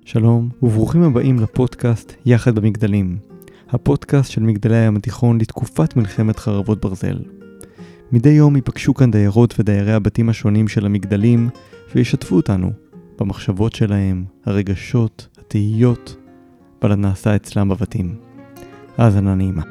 שלום וברוכים הבאים לפודקאסט יחד במגדלים, הפודקאסט של מגדלי הים התיכון לתקופת מלחמת חרבות ברזל. מדי יום ייפגשו כאן דיירות ודיירי הבתים השונים של המגדלים וישתפו אותנו במחשבות שלהם, הרגשות, התהיות, ועל הנעשה אצלם בבתים. האזנה נעימה.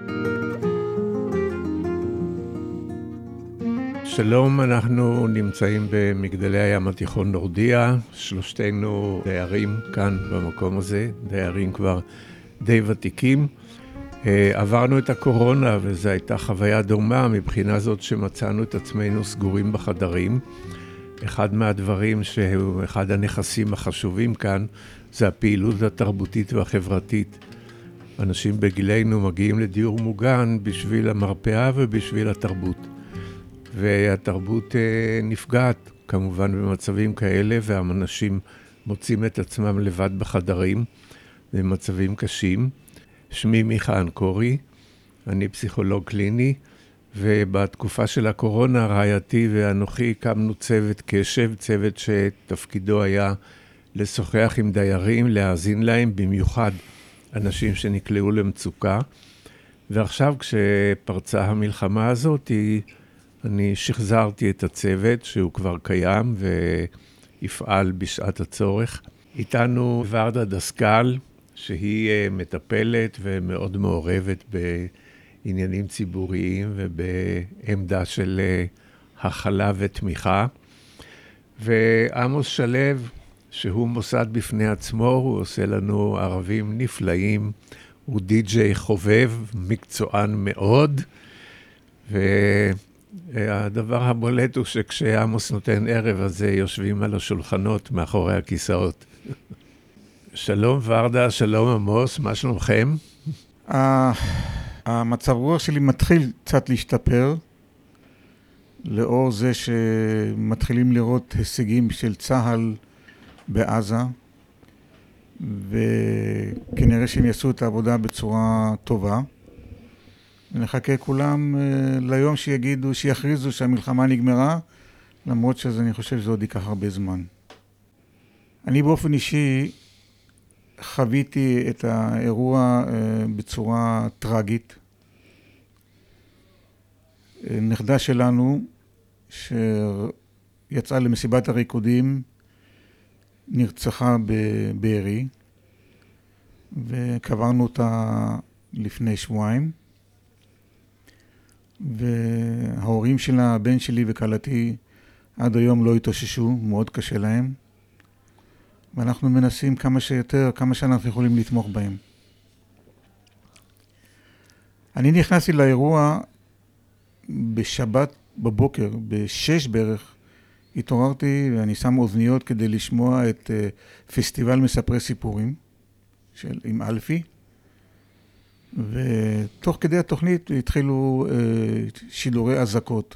שלום, אנחנו נמצאים במגדלי הים התיכון נורדיה, שלושתנו דיירים כאן במקום הזה, דיירים כבר די ותיקים. עברנו את הקורונה וזו הייתה חוויה דומה מבחינה זאת שמצאנו את עצמנו סגורים בחדרים. אחד מהדברים שהוא אחד הנכסים החשובים כאן זה הפעילות התרבותית והחברתית. אנשים בגילנו מגיעים לדיור מוגן בשביל המרפאה ובשביל התרבות. והתרבות נפגעת כמובן במצבים כאלה, והאנשים מוצאים את עצמם לבד בחדרים במצבים קשים. שמי מיכה אנקורי, אני פסיכולוג קליני, ובתקופה של הקורונה רעייתי ואנוכי הקמנו צוות קשב, צוות שתפקידו היה לשוחח עם דיירים, להאזין להם, במיוחד אנשים שנקלעו למצוקה. ועכשיו כשפרצה המלחמה הזאת, אני שחזרתי את הצוות שהוא כבר קיים ויפעל בשעת הצורך. איתנו ורדה דסקל, שהיא מטפלת ומאוד מעורבת בעניינים ציבוריים ובעמדה של הכלה ותמיכה. ועמוס שלו, שהוא מוסד בפני עצמו, הוא עושה לנו ערבים נפלאים, הוא די-ג'יי חובב, מקצוען מאוד, והדבר הבולט הוא שכשעמוס נותן ערב, אז יושבים על השולחנות מאחורי הכיסאות. שלום ורדה, שלום עמוס, מה שלומכם? המצב רוח שלי מתחיל קצת להשתפר, לאור זה שמתחילים לראות הישגים של צה"ל בעזה, וכנראה שהם יעשו את העבודה בצורה טובה. ונחכה כולם ליום שיכריזו שהמלחמה נגמרה, למרות שאני חושב שזה עוד ייקח הרבה זמן. אני באופן אישי חוויתי את האירוע בצורה טרגית. נכדה שלנו שיצאה למסיבת הריקודים נרצחה בבארי, וקברנו אותה לפני שבועיים. וההורים שלה, הבן שלי וקלתי, עד היום לא התאוששו, מאוד קשה להם. ואנחנו מנסים כמה שאנחנו יכולים לתמוך בהם. אני נכנסתי לאירוע בשבת בבוקר, ב-6 בערך, התעוררתי ואני שם אוזניות כדי לשמוע את פסטיבל מספרי סיפורים עם אלפי. ותוך כדי התוכנית התחילו שידורי אזעקות.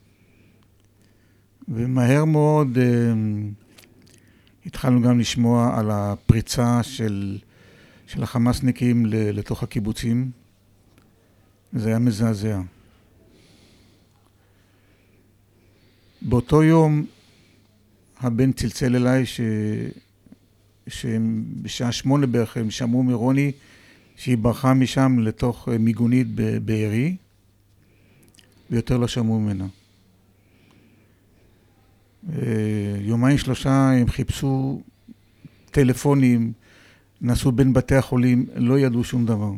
ומהר מאוד התחלנו גם לשמוע על הפריצה של החמאסניקים לתוך הקיבוצים. זה היה מזעזע. באותו יום הבן צלצל אליי שבשעה 8 בערך הם שמעו מרוני שהיא ברחה משם לתוך מיגונית בבארי, ויותר לא שמעו ממנה. יומיים 3 הם חיפשו טלפונים, נסעו בין בתי החולים, לא ידעו שום דבר.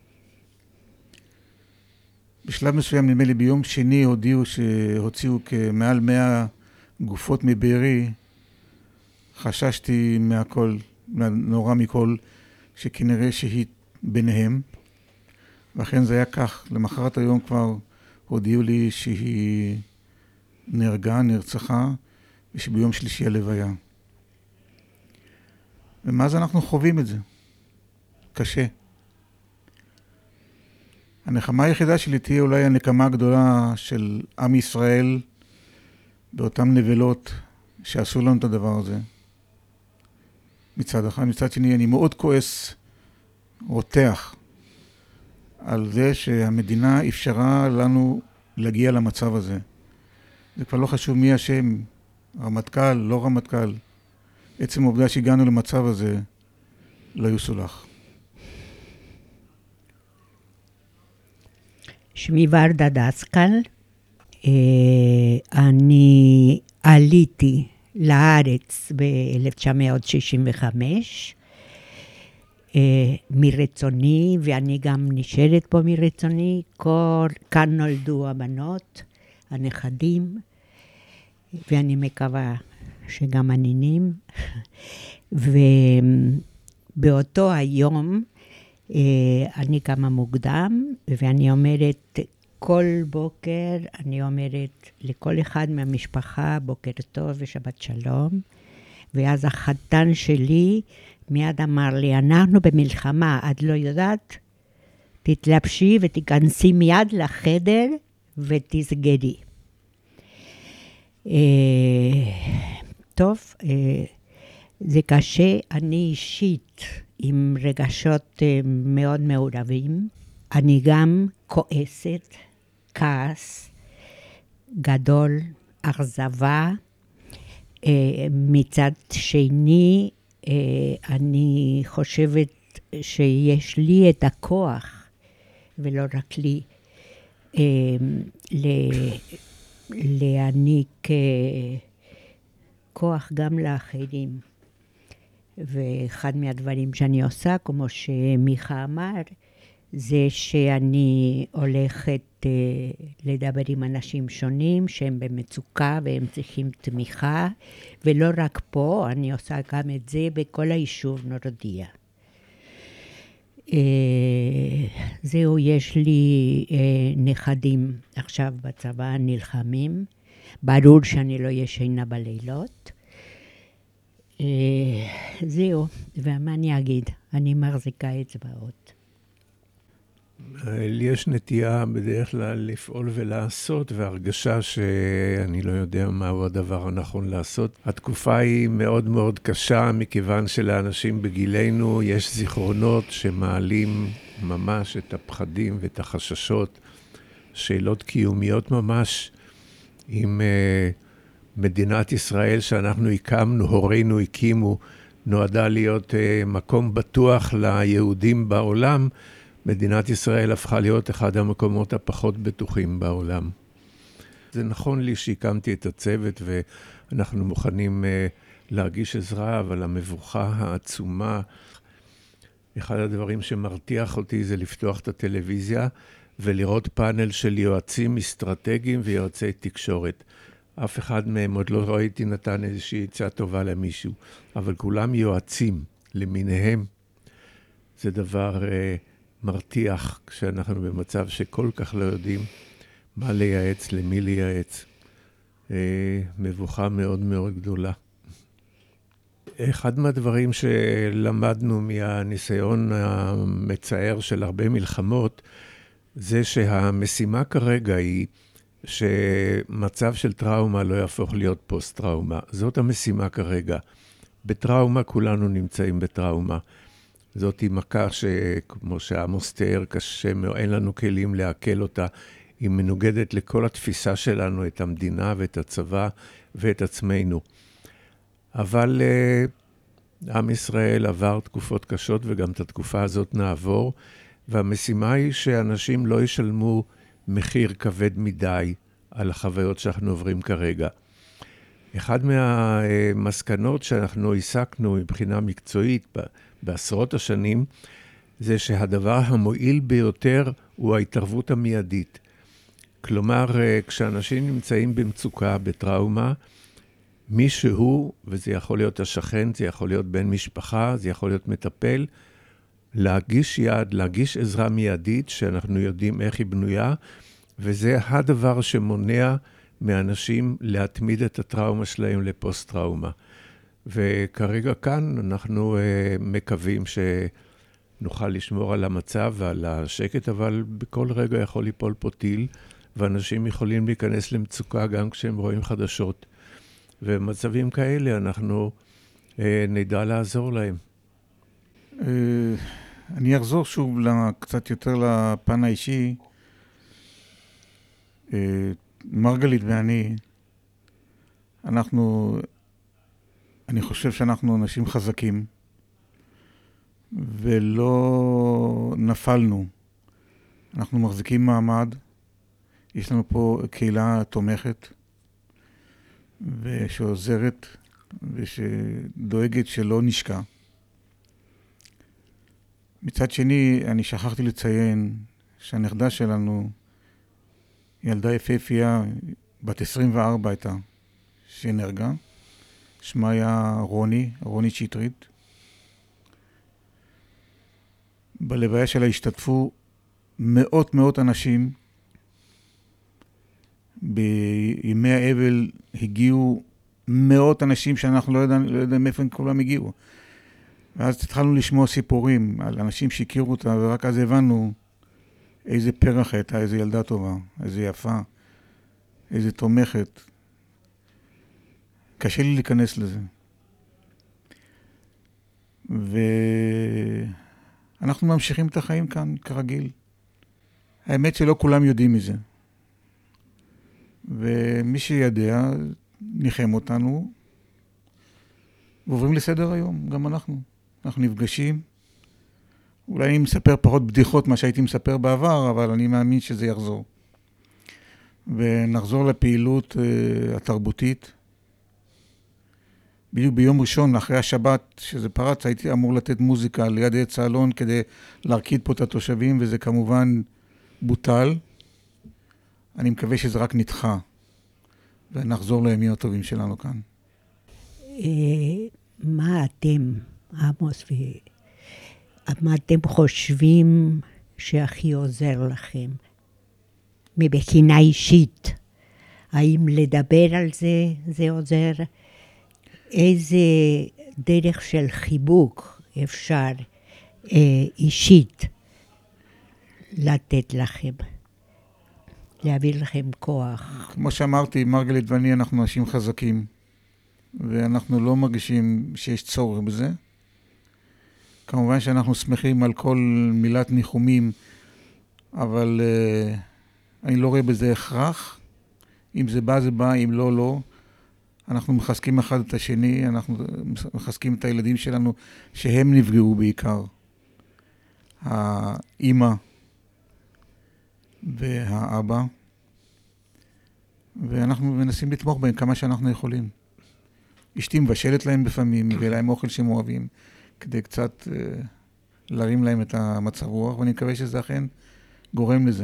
בשלב מסוים, נדמה לי ביום שני, הודיעו שהוציאו כמעל 100 גופות מבארי. חששתי מהכל, נורא מכל, שכנראה שהיא ביניהם, ואכן זה היה כך. למחרת היום כבר הודיעו לי שהיא נרצחה, ושביום שלישי הלוויה. ומאז אנחנו חווים את זה. קשה. הנחמה היחידה שלי תהיה אולי הנקמה הגדולה של עם ישראל, באותם נבלות שעשו לנו את הדבר הזה. מצד אחד, מצד שני, אני מאוד כועס, רותח, על זה שהמדינה אפשרה לנו להגיע למצב הזה. זה כבר לא חשוב מי השם, רמטכ"ל, לא רמטכ"ל. עצם העובדה שהגענו למצב הזה, לא יסולח. שמי ורדה דסקל. אני עליתי לארץ ב-1965 מרצוני, ואני גם נשארת פה מרצוני. כאן נולדו הבנות, הנכדים, ואני מקווה שגם הנינים. ובאותו היום אני קמה מוקדם, ואני אומרת, כל בוקר אני אומרת לכל אחד מהמשפחה, בוקר טוב ושבת שלום. ואז החתן שלי מיד אמר לי, אנחנו במלחמה, את לא יודעת? תתלבשי ותיכנסי מיד לחדר ותסגרי. טוב, זה קשה. אני אישית עם רגשות מאוד מעורבים. אני גם כועסת, כעס גדול, אכזבה. מצד שני, אני חושבת שיש לי את הכוח, ולא רק לי, להעניק כוח גם לאחרים. ואחד מהדברים שאני עושה, כמו שמיכה אמר, זה שאני הולכת לדבר עם אנשים שונים שהם במצוקה והם צריכים תמיכה, ולא רק פה, אני עושה גם את זה בכל היישוב נורדיה. זהו, יש לי נכדים עכשיו בצבא נלחמים, ברור שאני לא ישנה בלילות. זהו, ומה אני אגיד? אני מחזיקה אצבעות. לי יש נטייה בדרך כלל לפעול ולעשות, והרגשה שאני לא יודע מהו הדבר הנכון לעשות. התקופה היא מאוד מאוד קשה, מכיוון שלאנשים בגילנו יש זיכרונות שמעלים ממש את הפחדים ואת החששות, שאלות קיומיות ממש, עם מדינת ישראל שאנחנו הקמנו, הורינו הקימו, נועדה להיות מקום בטוח ליהודים בעולם. מדינת ישראל הפכה להיות אחד המקומות הפחות בטוחים בעולם. זה נכון לי שהקמתי את הצוות ואנחנו מוכנים להרגיש עזרה, אבל המבוכה העצומה, אחד הדברים שמרתיח אותי זה לפתוח את הטלוויזיה ולראות פאנל של יועצים אסטרטגיים ויועצי תקשורת. אף אחד מהם עוד לא ראיתי נתן איזושהי עצה טובה למישהו, אבל כולם יועצים למיניהם. זה דבר מרתיח כשאנחנו במצב שכל כך לא יודעים מה לייעץ, למי לייעץ. מבוכה מאוד מאוד גדולה. אחד מהדברים שלמדנו מהניסיון המצער של הרבה מלחמות, זה שהמשימה כרגע היא שמצב של טראומה לא יהפוך להיות פוסט-טראומה. זאת המשימה כרגע. בטראומה כולנו נמצאים בטראומה. זאת היא מכה שכמו שעמוס תיאר, קשה מאוד, אין לנו כלים לעכל אותה. היא מנוגדת לכל התפיסה שלנו, את המדינה ואת הצבא ואת עצמנו. אבל עם ישראל עבר תקופות קשות וגם את התקופה הזאת נעבור, והמשימה היא שאנשים לא ישלמו מחיר כבד מדי על החוויות שאנחנו עוברים כרגע. אחד מהמסקנות שאנחנו הסקנו מבחינה מקצועית בעשרות השנים, זה שהדבר המועיל ביותר הוא ההתערבות המיידית. כלומר, כשאנשים נמצאים במצוקה, בטראומה, מישהו, וזה יכול להיות השכן, זה יכול להיות בן משפחה, זה יכול להיות מטפל, להגיש יד, להגיש עזרה מיידית, שאנחנו יודעים איך היא בנויה, וזה הדבר שמונע מאנשים להתמיד את הטראומה שלהם לפוסט-טראומה. וכרגע כאן אנחנו מקווים שנוכל לשמור על המצב ועל השקט, אבל בכל רגע יכול ליפול פה טיל, ואנשים יכולים להיכנס למצוקה גם כשהם רואים חדשות. ובמצבים כאלה אנחנו נדע לעזור להם. אני אחזור שוב קצת יותר לפן האישי. מרגלית ואני, אני חושב שאנחנו אנשים חזקים, ולא נפלנו. אנחנו מחזיקים מעמד, יש לנו פה קהילה תומכת, ושעוזרת, ושדואגת שלא נשקע. מצד שני, אני שכחתי לציין שהנכדה שלנו, ילדה יפהפייה, בת 24 הייתה, שנהרגה. שמה היה רוני שטרית. בלוויה שלה השתתפו מאות אנשים. בימי האבל הגיעו מאות אנשים שאנחנו לא יודעים מאיפה הם כולם הגיעו. ואז התחלנו לשמוע סיפורים על אנשים שהכירו אותה, ורק אז הבנו איזה פרח הייתה, איזה ילדה טובה, איזה יפה, איזה תומכת. קשה לי להיכנס לזה. ואנחנו ממשיכים את החיים כאן כרגיל. האמת שלא כולם יודעים מזה. ומי שידע, ניחם אותנו, ועוברים לסדר היום, גם אנחנו. אנחנו נפגשים. אולי אני מספר פחות בדיחות מה שהייתי מספר בעבר, אבל אני מאמין שזה יחזור. ונחזור לפעילות התרבותית. בדיוק ביום ראשון, אחרי השבת, שזה פרץ, הייתי אמור לתת מוזיקה ליד עץ האלון כדי להרקיד פה את התושבים, וזה כמובן בוטל. אני מקווה שזה רק נדחה, ונחזור לימים הטובים שלנו כאן. מה אתם, עמוס, מה אתם חושבים שהכי עוזר לכם? מבחינה אישית, האם לדבר על זה, זה עוזר? איזה דרך של חיבוק אפשר אישית לתת לכם? להעביר לכם כוח. כמו שאמרתי, מרגלית ואני, אנחנו אנשים חזקים, ואנחנו לא מרגישים שיש צורך בזה. כמובן שאנחנו שמחים על כל מילת ניחומים, אבל אני לא רואה בזה הכרח. אם זה בא, זה בא, אם לא, לא. אנחנו מחזקים אחד את השני, אנחנו מחזקים את הילדים שלנו, שהם נפגעו בעיקר. האמא והאבא, ואנחנו מנסים לתמוך בהם כמה שאנחנו יכולים. אשתי מבשלת להם לפעמים, מביא להם אוכל שהם אוהבים, כדי קצת להרים להם את המצב רוח, ואני מקווה שזה אכן גורם לזה.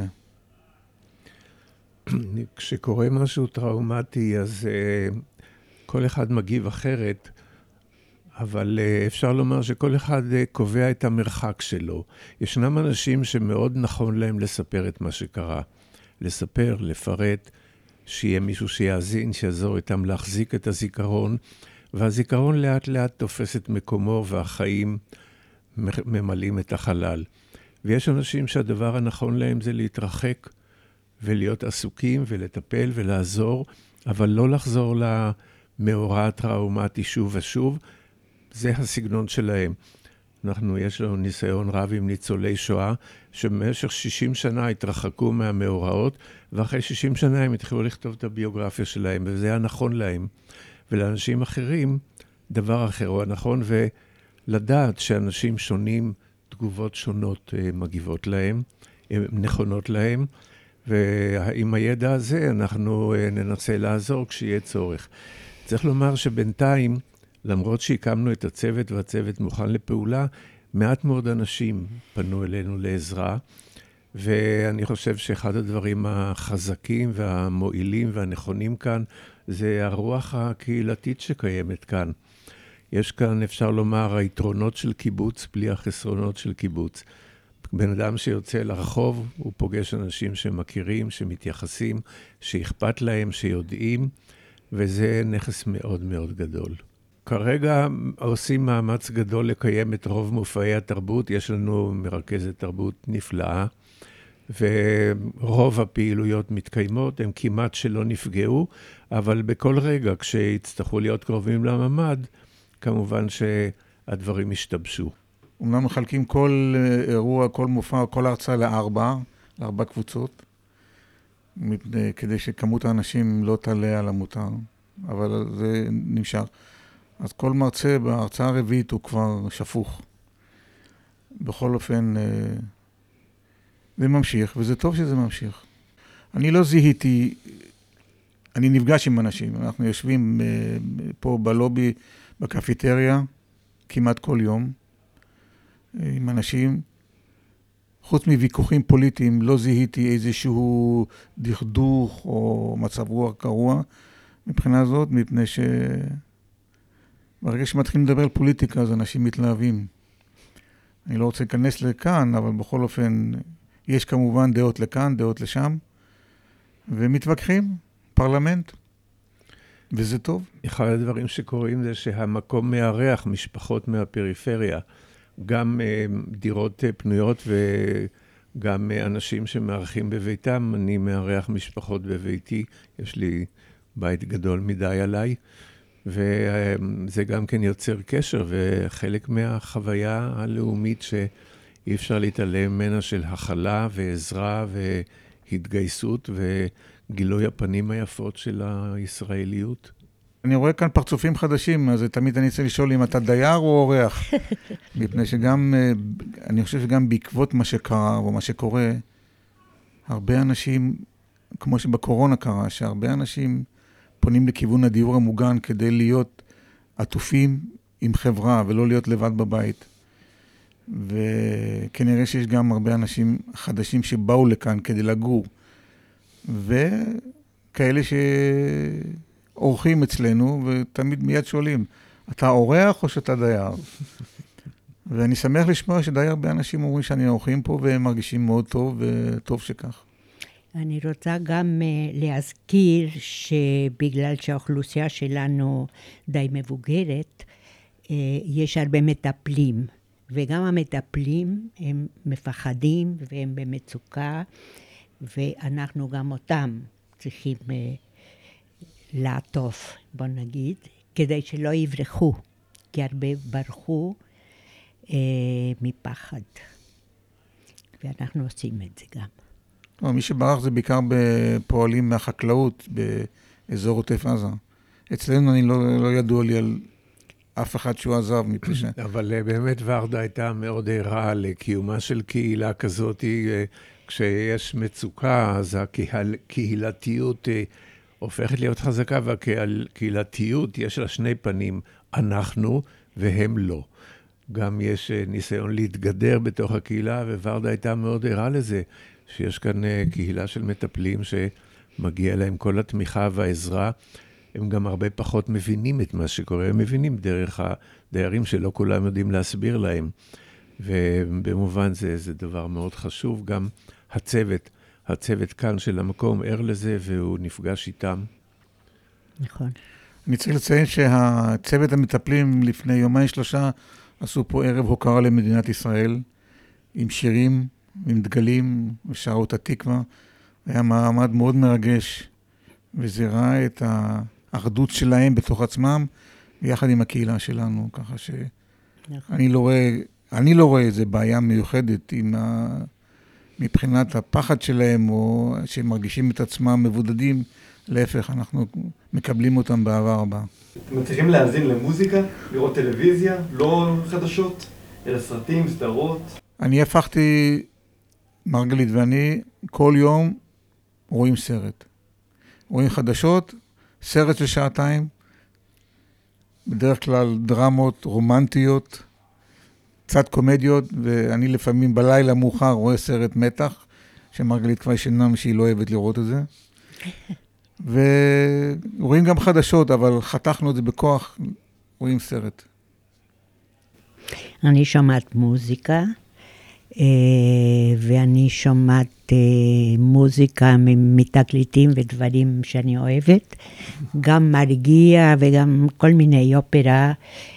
כשקורה משהו טראומטי, אז כל אחד מגיב אחרת, אבל אפשר לומר שכל אחד קובע את המרחק שלו. ישנם אנשים שמאוד נכון להם לספר את מה שקרה. לספר, לפרט, שיהיה מישהו שיאזין, שיעזור איתם להחזיק את הזיכרון, והזיכרון לאט לאט תופס את מקומו, והחיים ממלאים את החלל. ויש אנשים שהדבר הנכון להם זה להתרחק, ולהיות עסוקים, ולטפל ולעזור, אבל לא לחזור למאורע הטראומטי שוב ושוב. זה הסגנון שלהם. יש לנו ניסיון רב עם ניצולי שואה, שבמשך 60 שנה התרחקו מהמאורעות, ואחרי 60 שנה הם התחילו לכתוב את הביוגרפיה שלהם, וזה היה נכון להם. ולאנשים אחרים, דבר אחר הוא הנכון, ולדעת שאנשים שונים, תגובות שונות מגיבות להם, נכונות להם, ועם הידע הזה אנחנו ננסה לעזור כשיהיה צורך. צריך לומר שבינתיים, למרות שהקמנו את הצוות והצוות מוכן לפעולה, מעט מאוד אנשים פנו אלינו לעזרה, ואני חושב שאחד הדברים החזקים והמועילים והנכונים כאן, זה הרוח הקהילתית שקיימת כאן. יש כאן, אפשר לומר, היתרונות של קיבוץ בלי החסרונות של קיבוץ. בן אדם שיוצא לרחוב, הוא פוגש אנשים שמכירים, שמתייחסים, שאכפת להם, שיודעים, וזה נכס מאוד מאוד גדול. כרגע עושים מאמץ גדול לקיים את רוב מופעי התרבות, יש לנו מרכזת תרבות נפלאה, ורוב הפעילויות מתקיימות, הם כמעט שלא נפגעו, אבל בכל רגע כשיצטרכו להיות קרובים לממד, כמובן שהדברים השתבשו. אומנם מחלקים כל אירוע, כל מופע, כל הרצאה לארבע קבוצות, כדי שכמות האנשים לא תעלה על המותר, אבל זה נמשך. אז כל מרצה בהרצאה הרביעית הוא כבר שפוך. בכל אופן, זה ממשיך, וזה טוב שזה ממשיך. אני לא זיהיתי, אני נפגש עם אנשים, אנחנו יושבים פה בלובי, בקפיטריה, כמעט כל יום, עם אנשים. חוץ מוויכוחים פוליטיים, לא זיהיתי איזשהו דכדוך או מצב רוח קרוע מבחינה זאת, מפני ברגע שמתחילים לדבר על פוליטיקה, אז אנשים מתלהבים. אני לא רוצה להיכנס לכאן, אבל בכל אופן, יש כמובן דעות לכאן, דעות לשם, ומתווכחים, פרלמנט, וזה טוב. אחד הדברים שקורים זה שהמקום מארח משפחות מהפריפריה, גם דירות פנויות וגם אנשים שמארחים בביתם. אני מארח משפחות בביתי, יש לי בית גדול מדי עליי, וזה גם כן יוצר קשר, וחלק מהחוויה הלאומית שאי אפשר להתעלם ממנה של הכלה ועזרה והתגייסות וגילוי הפנים היפות של הישראליות. אני רואה כאן פרצופים חדשים, אז תמיד אני צריך לשאול אם אתה דייר או אורח. מפני שגם, אני חושב שגם בעקבות מה שקרה או מה שקורה, הרבה אנשים, כמו שבקורונה קרה, שהרבה אנשים פונים לכיוון הדיור המוגן כדי להיות עטופים עם חברה ולא להיות לבד בבית. וכנראה שיש גם הרבה אנשים חדשים שבאו לכאן כדי לגור. וכאלה שאורחים אצלנו ותמיד מיד שואלים, אתה אורח או שאתה דייר? ואני שמח לשמוע שדי הרבה אנשים אומרים שאני אורחים פה והם מרגישים מאוד טוב וטוב שכך. אני רוצה גם להזכיר שבגלל שהאוכלוסייה שלנו די מבוגרת, יש הרבה מטפלים, וגם המטפלים הם מפחדים והם במצוקה, ואנחנו גם אותם צריכים לעטוף, בוא נגיד, כדי שלא יברחו, כי הרבה ברחו מפחד, ואנחנו עושים את זה גם. מי שברח זה בעיקר בפועלים מהחקלאות באזור עוטף עזה. אצלנו אני לא ידוע לי על אף אחד שהוא עזב מפשע. אבל באמת ורדה הייתה מאוד ערה לקיומה של קהילה כזאת. כשיש מצוקה, אז הקהילתיות הופכת להיות חזקה, והקהילתיות יש לה שני פנים, אנחנו והם לא. גם יש ניסיון להתגדר בתוך הקהילה, וורדה הייתה מאוד ערה לזה. שיש כאן קהילה של מטפלים שמגיע להם כל התמיכה והעזרה. הם גם הרבה פחות מבינים את מה שקורה, הם מבינים דרך הדיירים שלא כולם יודעים להסביר להם. ובמובן זה דבר מאוד חשוב. גם הצוות כאן של המקום ער לזה, והוא נפגש איתם. נכון. אני צריך לציין שהצוות המטפלים לפני יומיים 3 עשו פה ערב הוקרה למדינת ישראל, עם שירים, עם דגלים, ושרו את התקווה. היה מעמד מאוד מרגש, וזה ראה את האחדות שלהם בתוך עצמם, ויחד עם הקהילה שלנו, ככה ש... אני לא רואה איזה בעיה מיוחדת מבחינת הפחד שלהם, או שהם מרגישים את עצמם מבודדים. להפך, אנחנו מקבלים אותם באהבה רבה. אתם מצליחים להאזין למוזיקה, לראות טלוויזיה, לא חדשות, אלא סרטים, סדרות? אני הפכתי, מרגלית ואני, כל יום רואים סרט. רואים חדשות, סרט של 2 שעות, בדרך כלל דרמות רומנטיות, קצת קומדיות, ואני לפעמים בלילה מאוחר רואה סרט מתח, שמרגלית כבר ישנה שהיא לא אוהבת לראות את זה. ורואים גם חדשות, אבל חתכנו את זה בכוח, רואים סרט. אני שומעת מוזיקה, ואני שומעת מוזיקה מתקליטים ודברים שאני אוהבת, גם מרגיע וגם כל מיני אופרה,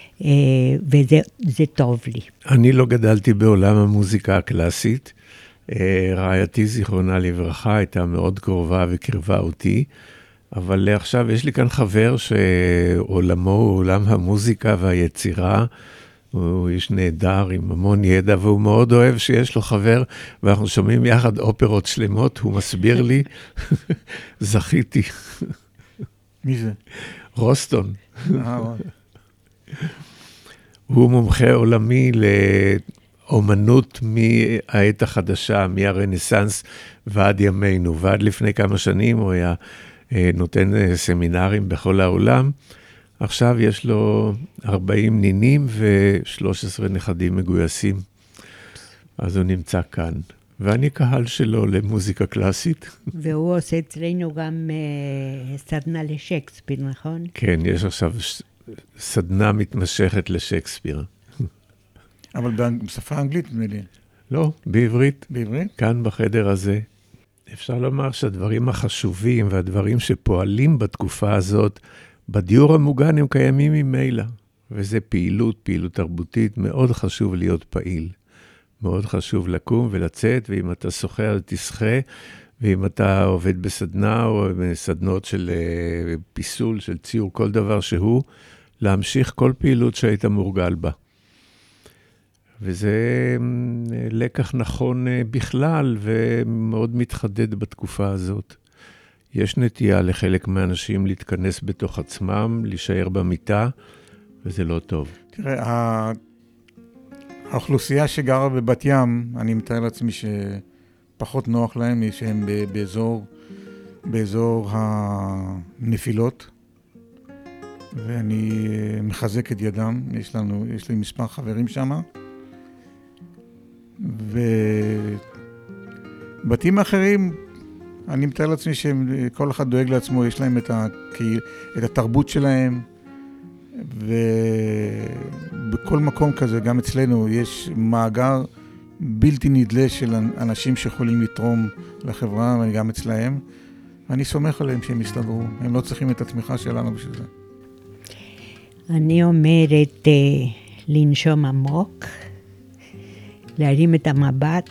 וזה טוב לי. אני לא גדלתי בעולם המוזיקה הקלאסית, רעייתי זיכרונה לברכה הייתה מאוד קרובה וקרבה אותי, אבל עכשיו יש לי כאן חבר שעולמו הוא עולם המוזיקה והיצירה, הוא איש נהדר עם המון ידע, והוא מאוד אוהב שיש לו חבר, ואנחנו שומעים יחד אופרות שלמות, הוא מסביר לי, זכיתי. מי זה? רוסטון. הוא מומחה עולמי אומנות מהעת החדשה, מהרנסנס ועד ימינו, ועד לפני כמה שנים הוא היה נותן סמינרים בכל העולם. עכשיו יש לו 40 נינים ו13 נכדים מגויסים, אז הוא נמצא כאן. ואני קהל שלו למוזיקה קלאסית. והוא עושה אצלנו גם סדנה לשייקספיר, נכון? כן, יש עכשיו סדנה מתמשכת לשייקספיר. אבל בשפה האנגלית, נדמה לי. לא, בעברית. בעברית? כאן בחדר הזה. אפשר לומר שהדברים החשובים והדברים שפועלים בתקופה הזאת, בדיור המוגן הם קיימים ממילא. וזה פעילות תרבותית, מאוד חשוב להיות פעיל. מאוד חשוב לקום ולצאת, ואם אתה שוחה, אז תשחה, ואם אתה עובד בסדנה או בסדנות של פיסול, של ציור, כל דבר שהוא, להמשיך כל פעילות שהיית מורגל בה. וזה לקח נכון בכלל, ומאוד מתחדד בתקופה הזאת. יש נטייה לחלק מהאנשים להתכנס בתוך עצמם, להישאר במיטה, וזה לא טוב. תראה, האוכלוסייה שגרה בבת ים, אני מתאר לעצמי שפחות נוח להם, שהם באזור הנפילות, ואני מחזק את ידם, יש לי מספר חברים שם, ובתים אחרים, אני מתאר לעצמי שכל אחד דואג לעצמו, יש להם את התרבות שלהם, ובכל מקום כזה, גם אצלנו, יש מאגר בלתי נדלה של אנשים שיכולים לתרום לחברה, וגם אצלהם. ואני סומך עליהם שהם יסתדרו, הם לא צריכים את התמיכה שלנו בשביל זה. אני אומרת לנשום עמוק, להרים את המבט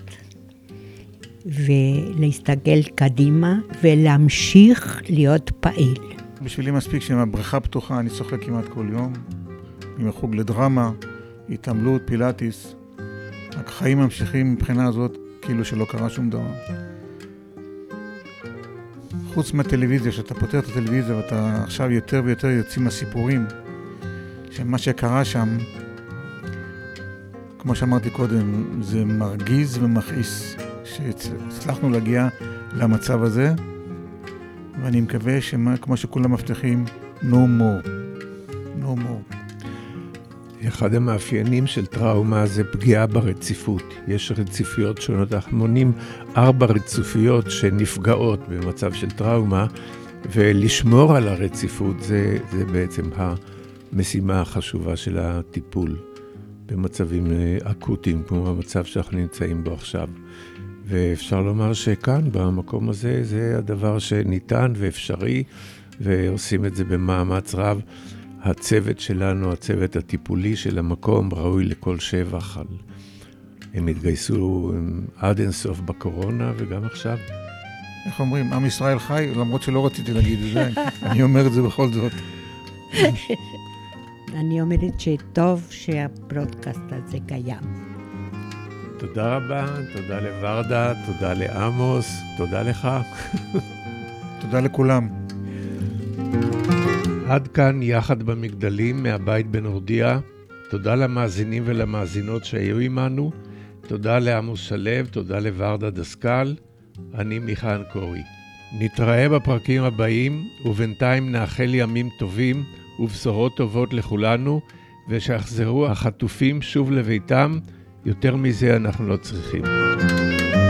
ולהסתכל קדימה ולהמשיך להיות פעיל. בשבילי מספיק שעם הבריכה פתוחה, אני צוחק כמעט כל יום, עם החוג לדרמה, התעמלות, פילאטיס. החיים ממשיכים מבחינה הזאת כאילו שלא קרה שום דבר. חוץ מהטלוויזיה, שאתה פותח את הטלוויזיה ואתה עכשיו יותר ויותר יוצאים מהסיפורים, שמה שקרה שם, כמו שאמרתי קודם, זה מרגיז ומכעיס שהצלחנו להגיע למצב הזה, ואני מקווה כמו שכולם מבטיחים, no more. no more. אחד המאפיינים של טראומה זה פגיעה ברציפות. יש רציפיות שונות, אנחנו מונים 4 רציפיות שנפגעות במצב של טראומה, ולשמור על הרציפות זה בעצם המשימה החשובה של הטיפול במצבים אקוטיים, כמו המצב שאנחנו נמצאים בו עכשיו. ואפשר לומר שכאן, במקום הזה, זה הדבר שניתן ואפשרי, ועושים את זה במאמץ רב. הצוות שלנו, הצוות הטיפולי של המקום, ראוי לכל שבח. הם התגייסו עד אינסוף בקורונה, וגם עכשיו. איך אומרים, עם ישראל חי, למרות שלא רציתי להגיד את זה, אני אומר את זה בכל זאת. אני אומרת שטוב שהברודקאסט הזה קיים. תודה רבה, תודה לוורדה, תודה לעמוס, תודה לך. תודה לכולם. עד כאן יחד במגדלים מהבית בנורדיה. תודה למאזינים ולמאזינות שהיו עמנו. תודה לעמוס שלו, תודה לוורדה דסקל. אני מיכה אנקורי. נתראה בפרקים הבאים, ובינתיים נאחל ימים טובים ובשורות טובות לכולנו, ושיחזרו החטופים שוב לביתם. יותר מזה אנחנו לא צריכים.